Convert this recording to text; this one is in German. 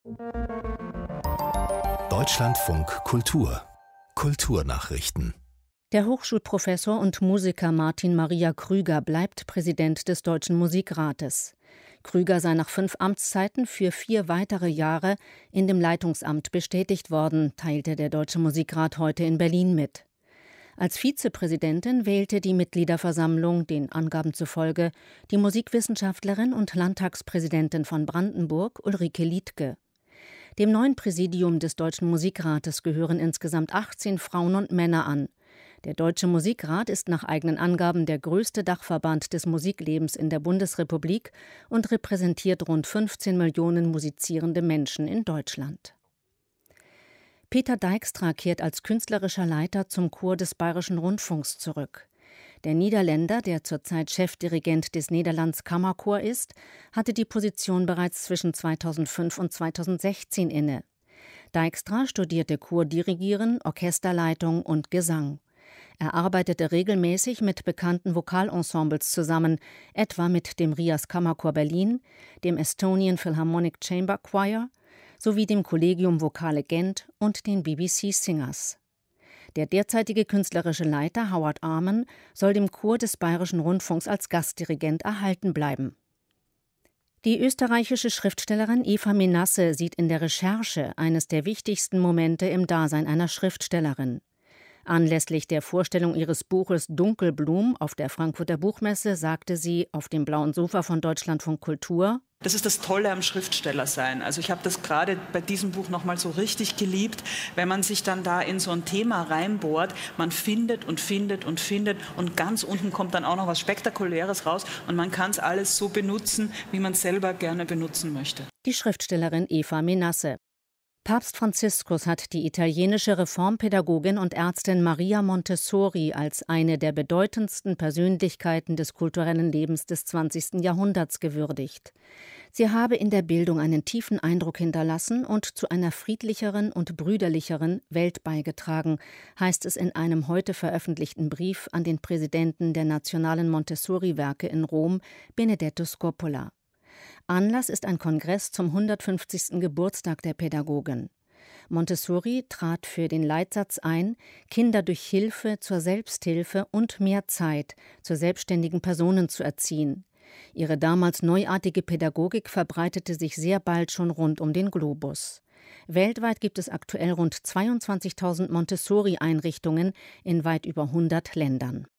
Deutschlandfunk Kultur Kulturnachrichten. Der Hochschulprofessor und Musiker Martin Maria Krüger bleibt Präsident des Deutschen Musikrates. Krüger sei nach 5 Amtszeiten für 4 weitere Jahre in dem Leitungsamt bestätigt worden, teilte der Deutsche Musikrat heute in Berlin mit. Als Vizepräsidentin wählte die Mitgliederversammlung, den Angaben zufolge, die Musikwissenschaftlerin und Landtagspräsidentin von Brandenburg, Ulrike Liedtke. Dem neuen Präsidium des Deutschen Musikrates gehören insgesamt 18 Frauen und Männer an. Der Deutsche Musikrat ist nach eigenen Angaben der größte Dachverband des Musiklebens in der Bundesrepublik und repräsentiert rund 15 Millionen musizierende Menschen in Deutschland. Peter Dijkstra kehrt als künstlerischer Leiter zum Chor des Bayerischen Rundfunks zurück. Der Niederländer, der zurzeit Chefdirigent des Nederlands Kammerchor ist, hatte die Position bereits zwischen 2005 und 2016 inne. Dijkstra studierte Chordirigieren, Orchesterleitung und Gesang. Er arbeitete regelmäßig mit bekannten Vokalensembles zusammen, etwa mit dem Rias Kammerchor Berlin, dem Estonian Philharmonic Chamber Choir sowie dem Collegium Vocale Gent und den BBC Singers. Der derzeitige künstlerische Leiter Howard Arman soll dem Chor des Bayerischen Rundfunks als Gastdirigent erhalten bleiben. Die österreichische Schriftstellerin Eva Menasse sieht in der Recherche eines der wichtigsten Momente im Dasein einer Schriftstellerin. Anlässlich der Vorstellung ihres Buches Dunkelblum auf der Frankfurter Buchmesse sagte sie auf dem blauen Sofa von Deutschlandfunk Kultur: Das ist das Tolle am Schriftstellersein. Also ich habe das gerade bei diesem Buch nochmal so richtig geliebt, wenn man sich dann da in so ein Thema reinbohrt. Man findet und findet und findet und ganz unten kommt dann auch noch was Spektakuläres raus und man kann es alles so benutzen, wie man es selber gerne benutzen möchte. Die Schriftstellerin Eva Menasse. Papst Franziskus hat die italienische Reformpädagogin und Ärztin Maria Montessori als eine der bedeutendsten Persönlichkeiten des kulturellen Lebens des 20. Jahrhunderts gewürdigt. Sie habe in der Bildung einen tiefen Eindruck hinterlassen und zu einer friedlicheren und brüderlicheren Welt beigetragen, heißt es in einem heute veröffentlichten Brief an den Präsidenten der Nationalen Montessori-Werke in Rom, Benedetto Scoppola. Anlass ist ein Kongress zum 150. Geburtstag der Pädagogin. Montessori trat für den Leitsatz ein, Kinder durch Hilfe zur Selbsthilfe und mehr Zeit zu selbstständigen Personen zu erziehen. Ihre damals neuartige Pädagogik verbreitete sich sehr bald schon rund um den Globus. Weltweit gibt es aktuell rund 22.000 Montessori-Einrichtungen in weit über 100 Ländern.